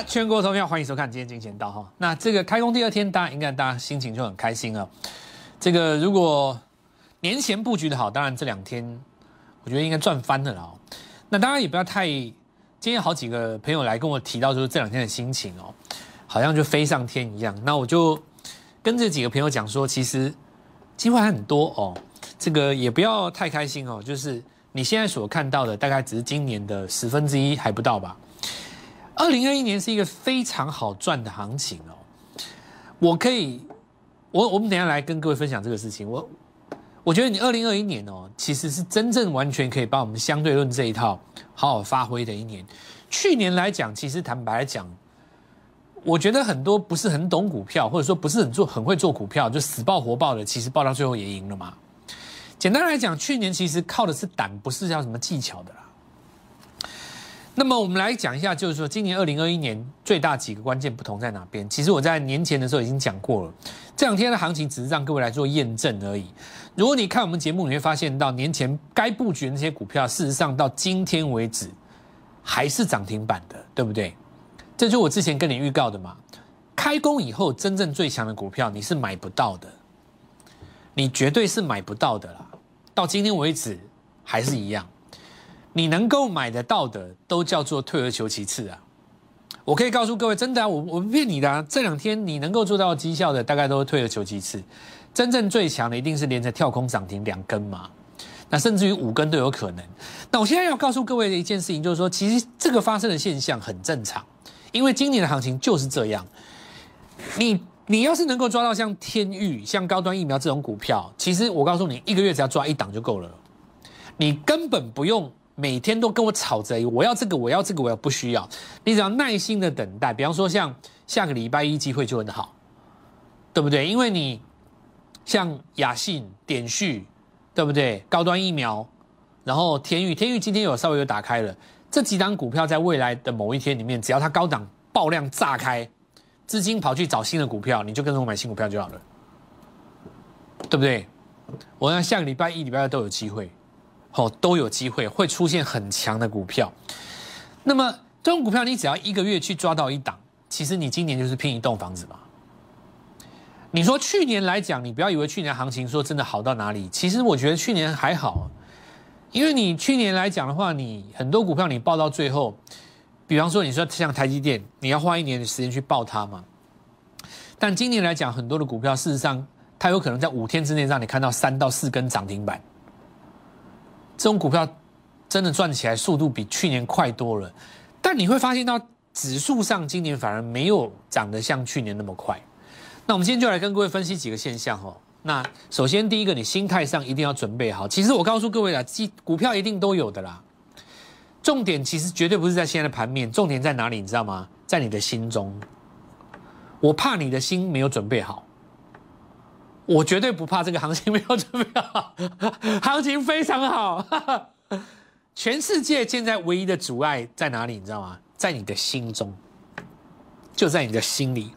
全国投票，欢迎收看今天金钱道哈。那这个开工第二天，大家心情就很开心了。这个如果年前布局的好，当然这2天我觉得应该赚翻了啦。那大家也不要太，今天好几个朋友来跟我提到，就是这2天的心情哦，好像就飞上天一样。那我就跟这几个朋友讲说，其实机会还很多哦，这个也不要太开心哦，就是你现在所看到的，大概只是今年的1/10还不到吧。2021年是一个非常好赚的行情哦，我们等一下来跟各位分享这个事情。我觉得你2021年哦，其实是真正完全可以把我们相对论这一套好好发挥的一年。去年来讲，其实坦白来讲，我觉得很多不是很懂股票，或者说不是很会做股票，就死抱活抱的，其实抱到最后也赢了嘛。简单来讲，去年其实靠的是胆，不是要什么技巧的啦。那么我们来讲一下，就是说今年2021年最大几个关键不同在哪边？其实我在年前的时候已经讲过了，这2天的行情只是让各位来做验证而已。如果你看我们节目，你会发现到年前该布局的那些股票，事实上到今天为止还是涨停板的，对不对？这就是我之前跟你预告的嘛。开工以后，真正最强的股票你是买不到的，你绝对是买不到的啦。到今天为止还是一样。你能够买得到的，都叫做退而求其次啊！我可以告诉各位，真的啊，我不骗你的啊。这2天你能够做到绩效的，大概都是退而求其次。真正最强的，一定是连着跳空涨停2根嘛，那甚至于5根都有可能。那我现在要告诉各位的一件事情，就是说，其实这个发生的现象很正常，因为今年的行情就是这样。你要是能够抓到像天钰、像高端疫苗这种股票，其实我告诉你，1个月只要抓1档就够了，你根本不用每天都跟我吵着，我要这个，我要这个，我要不需要。你只要耐心的等待。比方说，像下个礼拜1机会就很好，对不对？因为你像雅信、点序，对不对？高端疫苗，然后天钰今天稍微有打开了。这几档股票在未来的某一天里面，只要它高档爆量炸开，资金跑去找新的股票，你就跟着我买新股票就好了，对不对？我想下个礼拜1、礼拜2都有机会。都有机会会出现很强的股票。那么这种股票，你只要1个月去抓到1档，其实你今年就是拼1栋房子嘛。你说去年来讲，你不要以为去年行情说真的好到哪里，其实我觉得去年还好，因为你去年来讲的话，你很多股票你抱到最后，比方说你说像台积电，你要花1年的时间去抱它嘛。但今年来讲，很多的股票事实上它有可能在5天之内让你看到3到4根涨停板。这种股票真的赚起来速度比去年快多了，但你会发现到指数上今年反而没有涨得像去年那么快。那我们今天就来跟各位分析几个现象哦。那首先第一个，你心态上一定要准备好。其实我告诉各位啦，股票一定都有的啦。重点其实绝对不是在现在的盘面，重点在哪里？你知道吗？在你的心中。我怕你的心没有准备好。我绝对不怕这个行情没有准备好，行情非常好。全世界现在唯一的阻碍在哪里？你知道吗？在你的心中，就在你的心里。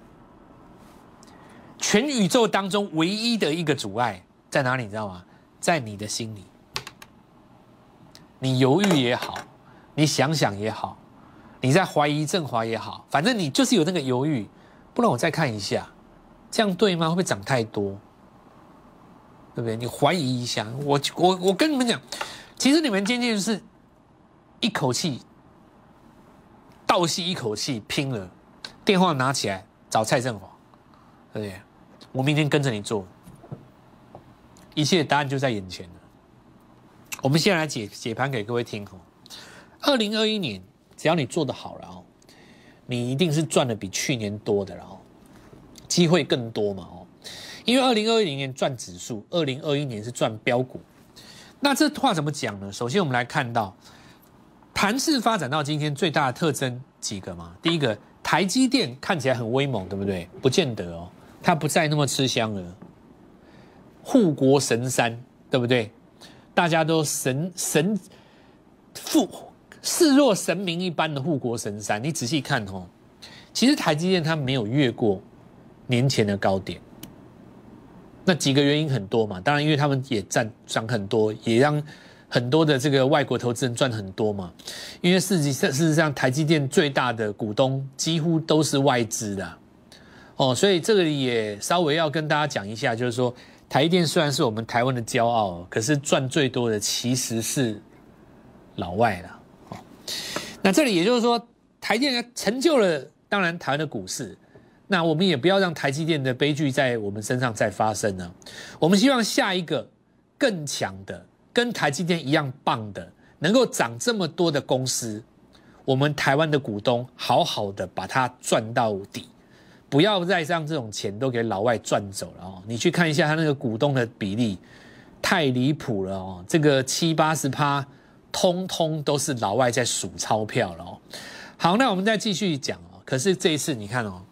全宇宙当中唯一的一个阻碍在哪里？你知道吗？在你的心里。你犹豫也好，你想想也好，你在怀疑振华也好，反正你就是有那个犹豫。不然我再看一下，这样对吗？会不会涨太多？对不对？你怀疑一下，我跟你们讲，其实你们今天就是一口气倒吸一口气拼了，电话拿起来找蔡振华，对不对？我明天跟着你做，一切答案就在眼前了。我们现在来解盘给各位听哦。2021年，只要你做得好了哦，你一定是赚的比去年多的了哦，机会更多嘛哦。因为2020年赚指数，2021年是赚标股。那这话怎么讲呢？首先我们来看到盘势发展到今天最大的特征几个嘛。第一个，台积电看起来很威猛，对不对？不见得哦，它不再那么吃香了。护国神山，对不对？大家都视若神明一般的护国神山。你仔细看哦，其实台积电它没有越过年前的高点。那几个原因很多嘛，当然因为他们也涨很多，也让很多的这个外国投资人赚很多嘛，因为事实上台积电最大的股东几乎都是外资的哦，所以这个也稍微要跟大家讲一下，就是说台积电虽然是我们台湾的骄傲，可是赚最多的其实是老外啦。哦，那这里也就是说，台积电成就了当然台湾的股市，那我们也不要让台积电的悲剧在我们身上再发生呢。我们希望下一个更强的。跟台积电一样棒的，能够涨这么多的公司，我们台湾的股东好好的把它赚到底，不要再让这种钱都给老外赚走了哦。你去看一下他那个股东的比例，太离谱了哦，这个70-80%，通通都是老外在数钞票了哦。好，那我们再继续讲哦。可是这一次你看哦，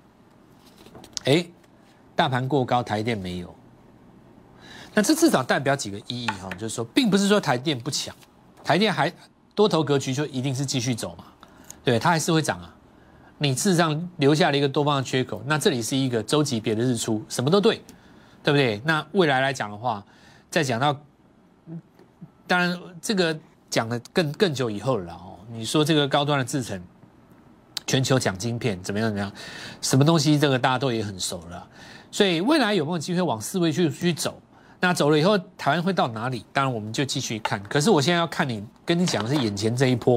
大盘过高，台积电没有。那这至少代表几个意义哈，就是说，并不是说台电不强，台电还多头格局就一定是继续走嘛，对，它还是会涨啊。你事实上留下了一个多方的缺口，那这里是一个周级别的日出，什么都对，对不对？那未来来讲的话，再讲到，当然这个讲的更久以后了哦。你说这个高端的制程，全球讲晶片怎么样，什么东西这个大家都也很熟了，所以未来有没有机会往4位去走？那走了以后，台湾会到哪里？当然，我们就继续看。可是我现在要跟你讲的是眼前这一波，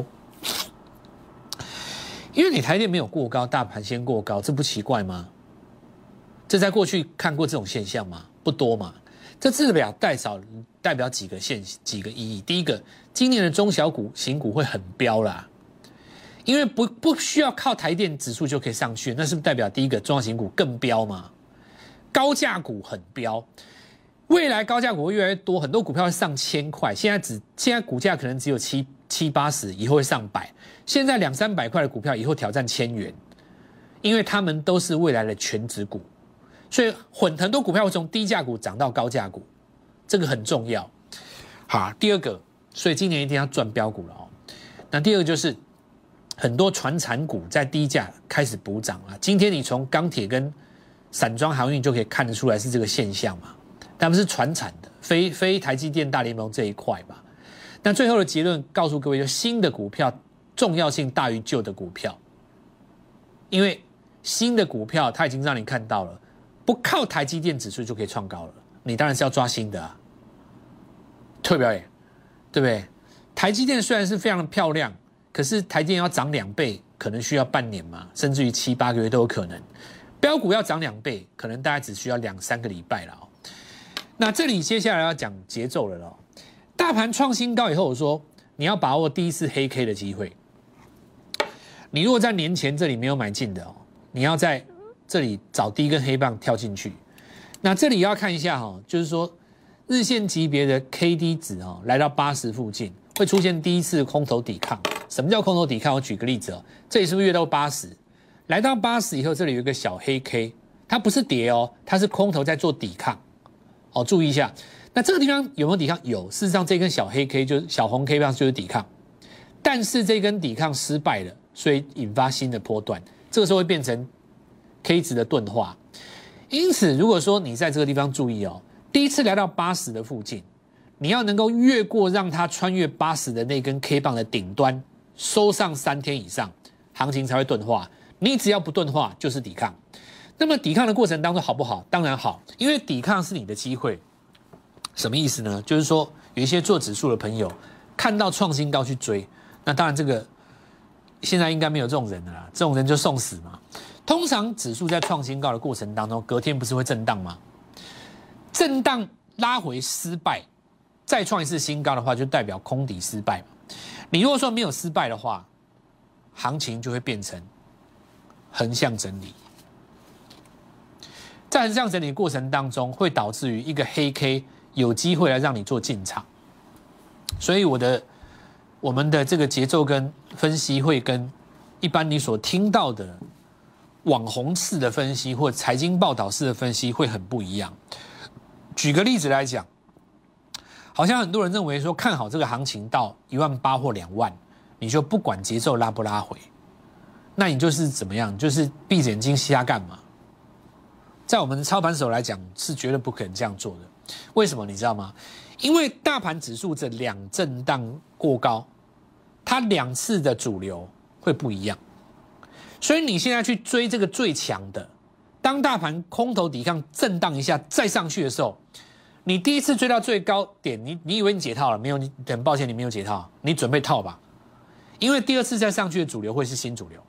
因为你台电没有过高，大盘先过高，这不奇怪吗？这在过去看过这种现象吗？不多嘛。这代表几个意义。第一个，今年的中小型股会很飙啦，因为不需要靠台电指数就可以上去，那是不是代表第一个中小型股更飙嘛？高价股很飙。未来高价股会越来越多，很多股票会上千块，现在股价可能只有70-80，以后会上百。现在200-300块的股票，以后挑战1000元，因为他们都是未来的全指股，所以很多股票会从低价股涨到高价股，这个很重要。好，第二个，所以今年一定要赚标股了哦。那第二个就是很多传产股在低价开始补涨了。今天你从钢铁跟散装航运就可以看得出来是这个现象嘛。他们是传产的，非台积电大联盟这一块吧。那最后的结论告诉各位，就新的股票重要性大于旧的股票，因为新的股票它已经让你看到了，不靠台积电指数就可以创高了，你当然是要抓新的啊，特别对不对？台积电虽然是非常的漂亮，可是台积电要涨2倍，可能需要半年嘛，甚至于7-8个月都有可能。标股要涨2倍，可能大概只需要2-3个礼拜了哦。那这里接下来要讲节奏了咯。大盘创新高以后，我说你要把握第一次黑 K 的机会。你如果在年前这里没有买进的哦，你要在这里找第一根黑棒跳进去。那这里要看一下哈，就是说日线级别的 KD 值哦，来到80附近会出现第一次空头抵抗。什么叫空头抵抗？我举个例子哦，这里是不是越到80？来到80以后，这里有一个小黑 K， 它不是跌哦，它是空头在做抵抗。哦，注意一下，那这个地方有没有抵抗？有，事实上这根小黑 K 就是小红 K 棒就是抵抗，但是这根抵抗失败了，所以引发新的波段，这个时候会变成 K 值的钝化。因此，如果说你在这个地方注意哦，第一次来到80的附近，你要能够越过让它穿越80的那根 K 棒的顶端，收上3天以上，行情才会钝化。你只要不钝化，就是抵抗。那么抵抗的过程当中好不好？当然好，因为抵抗是你的机会。什么意思呢？就是说有一些做指数的朋友看到创新高去追，那当然这个现在应该没有这种人了啦，这种人就送死嘛。通常指数在创新高的过程当中，隔天不是会震荡吗？震荡拉回失败，再创一次新高的话，就代表空底失败嘛。你如果说没有失败的话，行情就会变成横向整理。在横向整理过程当中，会导致于一个黑 K 有机会来让你做进场，所以我们的这个节奏跟分析会跟一般你所听到的网红式的分析或财经报道式的分析会很不一样。举个例子来讲，好像很多人认为说看好这个行情到18000或2万，你就不管节奏拉不拉回，那你就是怎么样？就是闭着眼睛瞎干嘛？在我们的操盘手来讲，是绝对不可能这样做的。 为什么你知道吗？因为大盘指数这2震荡过高，它2次的主流会不一样，所以你现在去追这个最强的，当大盘空头抵抗震荡一下再上去的时候，你第一次追到最高点，你以为你解套了？没有，很抱歉，你没有解套，你准备套吧，因为第2次再上去的主流会是新主流。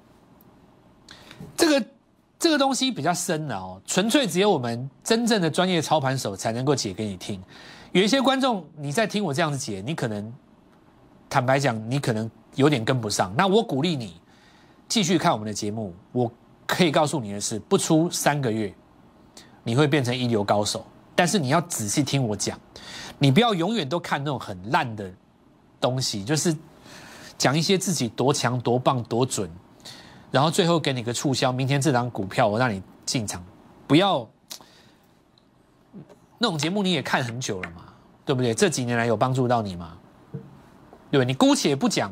这个东西比较深的哦，纯粹只有我们真正的专业操盘手才能够解给你听。有一些观众你在听我这样子解，你可能坦白讲，你可能有点跟不上。那我鼓励你继续看我们的节目。我可以告诉你的是，不出3个月，你会变成一流高手。但是你要仔细听我讲，你不要永远都看那种很烂的东西，就是讲一些自己多强、多棒、多准。然后最后给你个促销，明天这档股票我让你进场，不要那种节目你也看很久了嘛，对不对？这几年来有帮助到你吗？对不对？你姑且不讲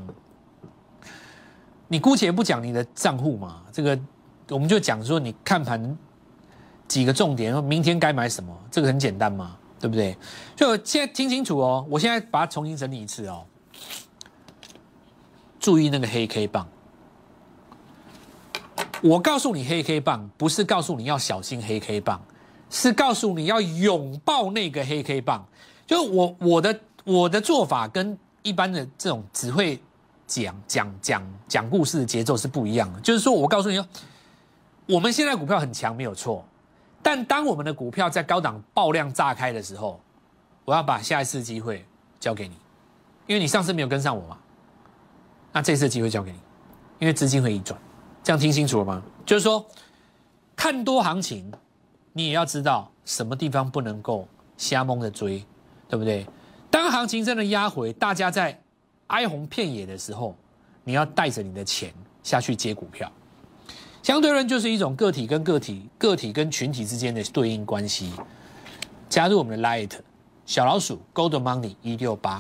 你的账户嘛，这个我们就讲说你看盘几个重点，明天该买什么，这个很简单嘛，对不对？所以我现在听清楚哦，我现在把它重新整理一次哦，注意那个黑 K 棒。我告诉你黑 K 棒，不是告诉你要小心黑 K 棒，是告诉你要拥抱那个黑 K 棒。就我的做法跟一般的这种只会讲故事的节奏是不一样的。就是说我告诉你，我们现在股票很强没有错，但当我们的股票在高档爆量炸开的时候，我要把下一次机会交给你，因为你上次没有跟上我嘛，那这次机会交给你，因为资金会移转。这样听清楚了吗？就是说，看多行情，你也要知道什么地方不能够瞎蒙的追，对不对？当行情真的压回，大家在哀鸿遍野的时候，你要带着你的钱下去接股票。相对论就是一种个体跟群体之间的对应关系。加入我们的 Lite 小老鼠 Gold Money 168。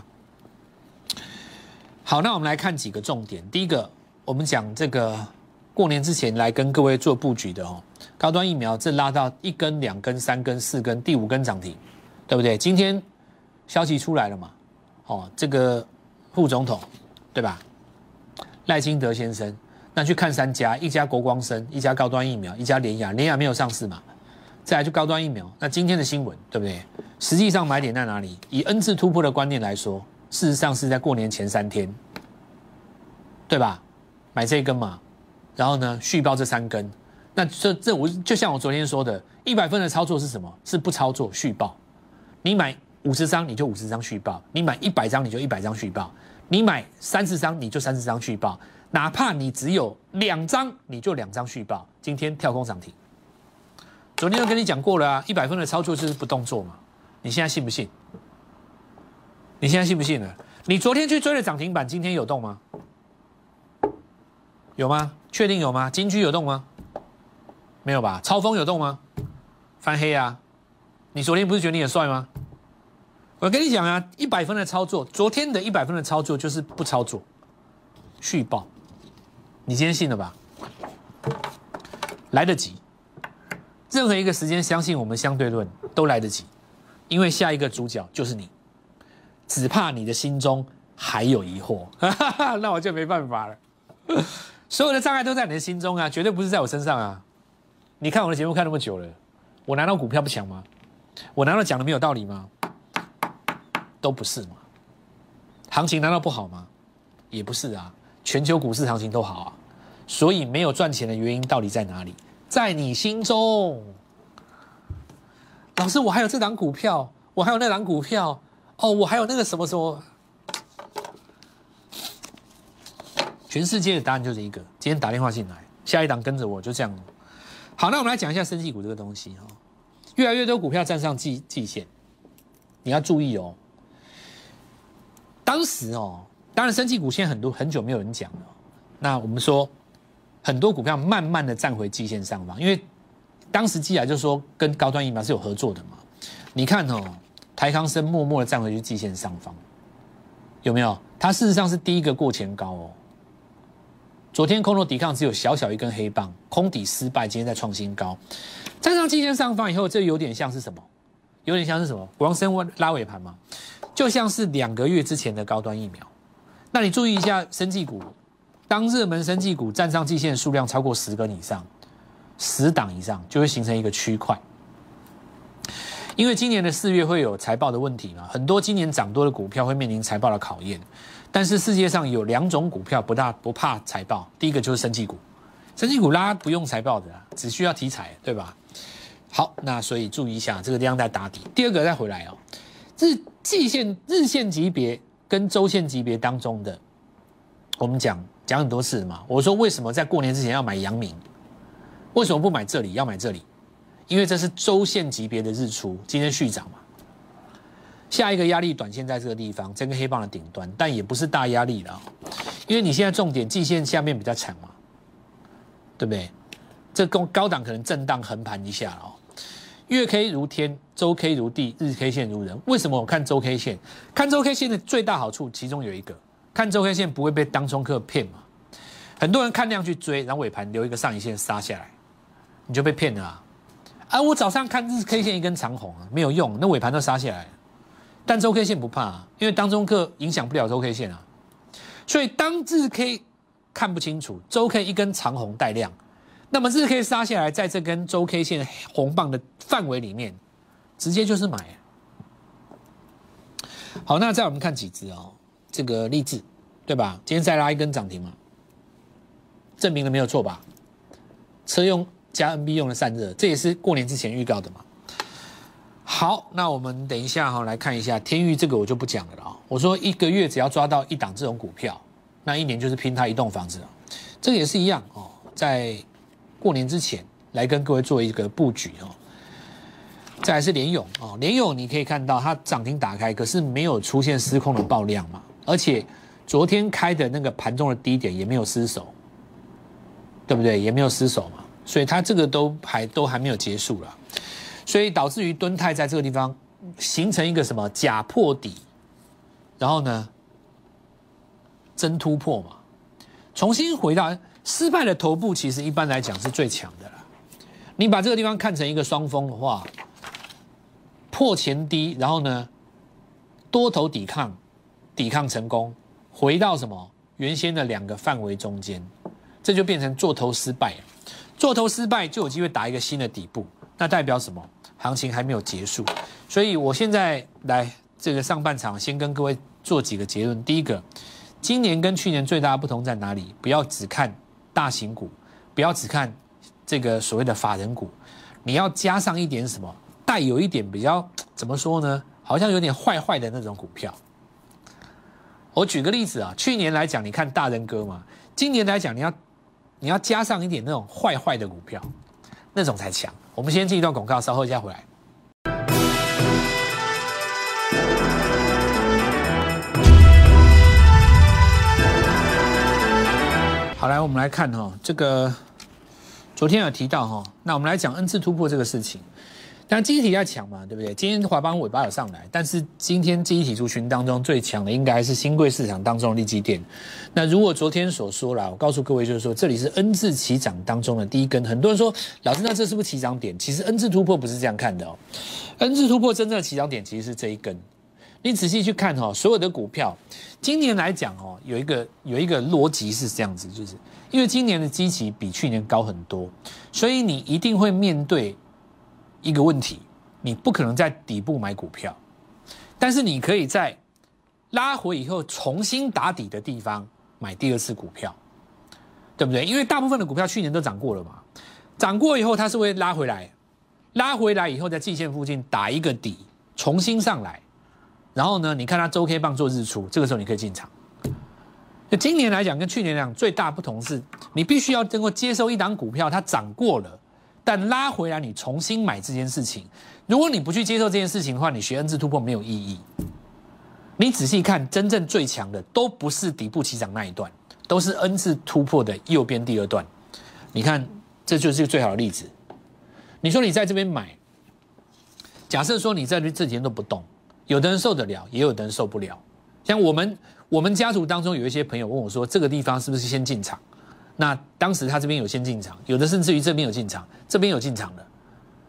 好，那我们来看几个重点。第一个，我们讲这个。过年之前来跟各位做布局的哦，高端疫苗这拉到1根、2根、3根、4根，第5根涨停，对不对？今天消息出来了嘛？哦，这个副总统对吧？赖清德先生，那去看3家，一家国光生，一家高端疫苗，一家联亚，联亚没有上市嘛？再来就高端疫苗，那今天的新闻对不对？实际上买点在哪里？以 N 字突破的观念来说，事实上是在过年前3天，对吧？买这一根嘛。然后呢，续报这3根，那我就像我昨天说的，100分的操作是什么？是不操作续报。你买50张你就50张续报，你买100张你就100张续报，你买30张你就30张续报，哪怕你只有2张你就2张续报。今天跳空涨停，昨天就跟你讲过了啊，100分的操作就是不动作嘛。你现在信不信？你现在信不信了？你昨天去追的涨停板，今天有动吗？有吗？确定有吗？金居有动吗？没有吧？超风有动吗？翻黑啊！你昨天不是觉得你很帅吗？我跟你讲啊，100分的操作，昨天的100分的操作就是不操作，续报。你今天信了吧？来得及，任何一个时间相信我们相对论都来得及，因为下一个主角就是你，只怕你的心中还有疑惑，那我就没办法了。所有的障碍都在你的心中啊，绝对不是在我身上啊！你看我的节目看那么久了，我难道股票不强吗？我难道讲的没有道理吗？都不是嘛。行情难道不好吗？也不是啊，全球股市行情都好啊。所以没有赚钱的原因到底在哪里？在你心中。老师，我还有这档股票，我还有那档股票，哦，我还有那个什么什么。全世界的答案就是一个，今天打电话进来，下一档跟着我，就这样。好，那我们来讲一下生技股这个东西哈，越来越多股票站上季线，你要注意哦。当时哦，当然生技股现在很久没有人讲了。那我们说，很多股票慢慢的站回季线上方，因为当时基来就说跟高端疫苗是有合作的嘛。你看哦，台康生默默的站回去季线上方，有没有？它事实上是第一个过前高哦。昨天空头抵抗只有小小一根黑棒，空底失败，今天再创新高，站上季线上方以后，这有点像是什么？ 有点像是什么？国光生拉尾盘嘛，就像是2个月之前的高端疫苗。那你注意一下生技股，当热门生技股站上季线数量超过10根以上，10档以上，就会形成一个区块。因为今年的4月会有财报的问题嘛，很多今年涨多的股票会面临财报的考验。但是世界上有2种股票不怕财报，第一个就是生技股，生技股拉不用财报的，只需要题材，对吧？好，那所以注意一下这个地方在打底。第二个再回来哦，日线级别跟周线级别当中的，我们讲很多次嘛。我说为什么在过年之前要买阳明？为什么不买这里，要买这里？因为这是周线级别的日出，今天续涨嘛。下一个压力短线在这个地方，这根黑棒的顶端，但也不是大压力了，因为你现在重点季线下面比较强嘛，对不对？这高档可能震荡横盘一下了哦。月 K 如天，周 K 如地，日 K 线如人。为什么我看周 K 线？看周 K 线的最大好处，其中有一个，看周 K 线不会被当冲客骗嘛。很多人看量去追，然后尾盘留一个上影线杀下来，你就被骗了啊！啊，我早上看日 K 线一根长红啊，没有用，那尾盘都杀下来了。但周 K 线不怕啊，因为当冲客影响不了周 K 线啊。所以当日 K 看不清楚，周 K 一根长红带量。那么日 K 杀下来，在这根周 K 线红棒的范围里面，直接就是买。好，那再我们看几只哦，这个励志，对吧？今天再拉一根涨停嘛，证明了没有错吧？车用加 NB 用的散热，这也是过年之前预告的嘛。好，那我们等一下来看一下天钰这个我就不讲了啦。我说1个月只要抓到1档这种股票，那1年就是拼它1栋房子了。这个也是一样哦，在过年之前来跟各位做一个布局哦。再来是联咏哦，联咏你可以看到它涨停打开，可是没有出现失控的爆量嘛，而且昨天开的那个盘中的低点也没有失守，对不对？也没有失守嘛，所以它这个都还没有结束啦，所以导致于敦泰在这个地方形成一个什么假破底，然后呢真突破嘛，重新回到。失败的头部其实一般来讲是最强的啦。你把这个地方看成一个双峰的话，破前低，然后呢多头抵抗成功，回到什么原先的2个范围中间，这就变成做头失败了。做头失败就有机会打一个新的底部，那代表什么？行情还没有结束。所以我现在来这个上半场先跟各位做几个结论。第一个，今年跟去年最大的不同在哪里？不要只看大型股，不要只看这个所谓的法人股，你要加上一点什么，带有一点比较怎么说呢？好像有点坏坏的那种股票。我举个例子啊，去年来讲，你看大人哥嘛，今年来讲，你要加上一点那种坏坏的股票，那种才强。我们先进一段广告，稍后一下回来。好，来我们来看哈，这个昨天有提到哈，那我们来讲 N 字突破这个事情。当然记忆体在强嘛，对不对？今天华邦尾巴有上来，但是今天记忆体族群当中最强的应该是新贵市场当中的力积电。那如果昨天所说啦，我告诉各位就是说，这里是 N 字起涨当中的第一根。很多人说，老师，那这是不是起涨点？其实 N 字突破不是这样看的哦。N 字突破真正的起涨点其实是这一根。你仔细去看哈，所有的股票，今年来讲哦，有一个逻辑是这样子，就是因为今年的基期比去年高很多，所以你一定会面对一个问题，你不可能在底部买股票，但是你可以在拉回以后重新打底的地方买第2次股票，对不对？因为大部分的股票去年都涨过了嘛，涨过以后它是会拉回来，拉回来以后在季线附近打一个底，重新上来。然后呢，你看它周 K 棒做日出，这个时候你可以进场。那今年来讲，跟去年来讲最大不同是，你必须要能够接受一档股票它涨过了，但拉回来你重新买这件事情。如果你不去接受这件事情的话，你学 N 字突破没有意义。你仔细看，真正最强的都不是底部起涨那一段，都是 N 字突破的右边第2段。你看，这就是最好的例子。你说你在这边买，假设说你在这几天都不动。有的人受得了，也有的人受不了。像我们家族当中有一些朋友问我说，这个地方是不是先进场？那当时他这边有先进场，有的甚至于这边有进场，这边有进场的。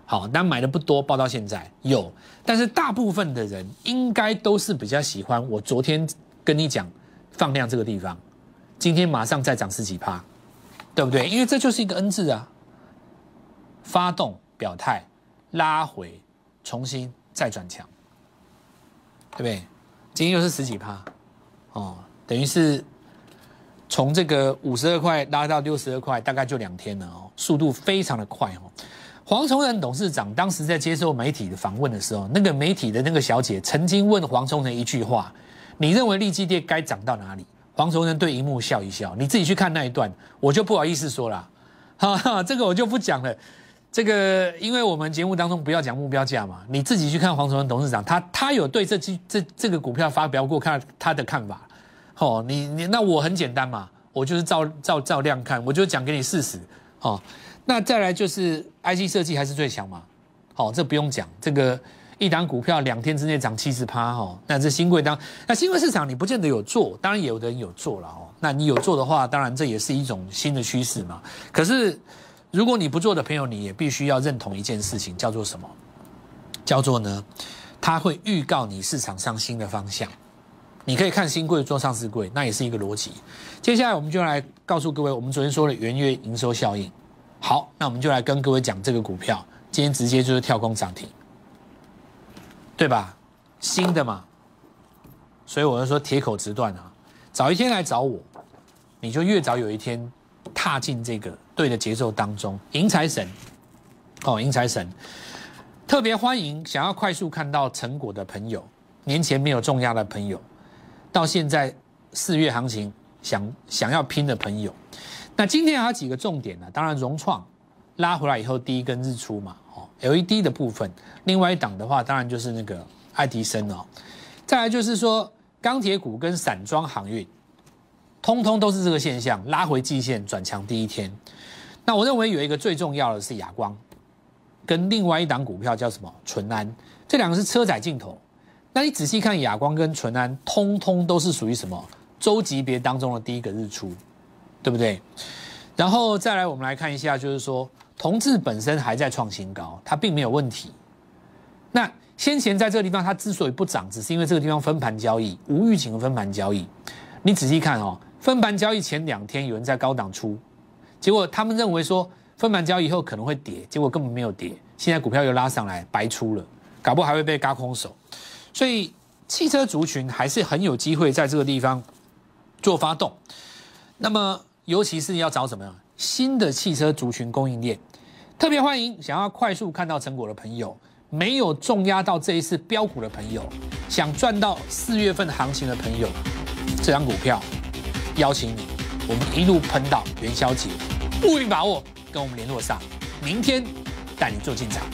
好，但买的不多，报到现在有，但是大部分的人应该都是比较喜欢我昨天跟你讲放量这个地方，今天马上再涨10几%，对不对？因为这就是一个 N 字啊，发动表态，拉回，重新再转强，对不对？今天又是10几%，哦，等于是从这个52块拉到62块，大概就2天了哦，速度非常的快哦。黄崇仁董事长当时在接受媒体的访问的时候，那个媒体的那个小姐曾经问黄崇仁一句话：你认为力积电该涨到哪里？黄崇仁对荧幕笑一笑，你自己去看那一段，我就不好意思说了，哈哈，这个我就不讲了。这个因为我们节目当中不要讲目标价嘛，你自己去看黄崇仁董事长，他有对这个股票发表过他的看法。哦，你那我很简单嘛，我就是照量看，我就讲给你事实。哦，那再来就是 IC 设计还是最强嘛，好，这不用讲，这个一档股票2天之内涨70%，哈，那这新贵那新贵市场你不见得有做，当然有的人有做了哦，那你有做的话，当然这也是一种新的趋势嘛。可是如果你不做的朋友，你也必须要认同一件事情，叫做什么？叫做呢，它会预告你市场上新的方向。你可以看新贵做上市贵，那也是一个逻辑。接下来我们就来告诉各位，我们昨天说的元月营收效应。好，那我们就来跟各位讲这个股票，今天直接就是跳空涨停，对吧？新的嘛，所以我就说铁口直断啊，早一天来找我，你就越早有一天踏进这个对的节奏当中。迎财神，哦，迎财神，特别欢迎想要快速看到成果的朋友，年前没有重压的朋友。到现在4月行情想要拼的朋友，那今天还有几个重点呢？当然融创拉回来以后第一根日出嘛，哦 ，LED 的部分，另外一档的话，当然就是那个爱迪生哦，再来就是说钢铁股跟散装航运，通通都是这个现象，拉回季线转强第一天。那我认为有一个最重要的是亚光，跟另外一档股票叫什么淳安，这两个是车载镜头。那你仔细看亚光跟淳安，通通都是属于什么周级别当中的第一个日出，对不对？然后再来我们来看一下，就是说同志本身还在创新高，它并没有问题。那先前在这个地方它之所以不涨，只是因为这个地方分盘交易，无预警的分盘交易。你仔细看哦，分盘交易前2天有人在高档出，结果他们认为说分盘交易以后可能会跌，结果根本没有跌，现在股票又拉上来，白出了，搞不好还会被嘎空手。所以汽车族群还是很有机会在这个地方做发动。那么尤其是要找什么样新的汽车族群供应链，特别欢迎想要快速看到成果的朋友，没有重压到这一次标股的朋友，想赚到4月份行情的朋友，这张股票邀请你，我们一路喷到元宵节，务必把握，跟我们联络上，明天带你做进场。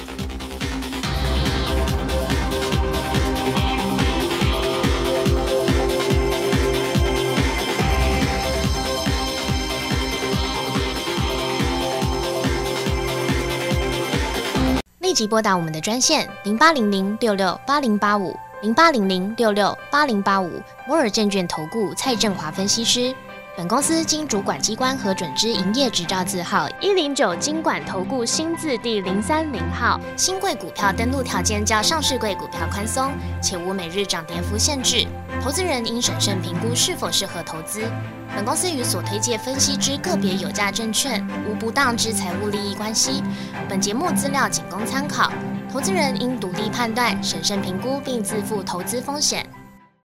立即拨打我们的专线08006680850800668085摩尔证券投顾蔡正华分析师。本公司经主管机关核准之营业执照字号109金管投顾新字第030号。新贵股票登录条件较上市贵股票宽松，且无每日涨跌幅限制。投资人应审慎评估是否适合投资。本公司与所推介分析之个别有价证券无不当之财务利益关系。本节目资料仅供参考，投资人应独立判断、审慎评估并自负投资风险。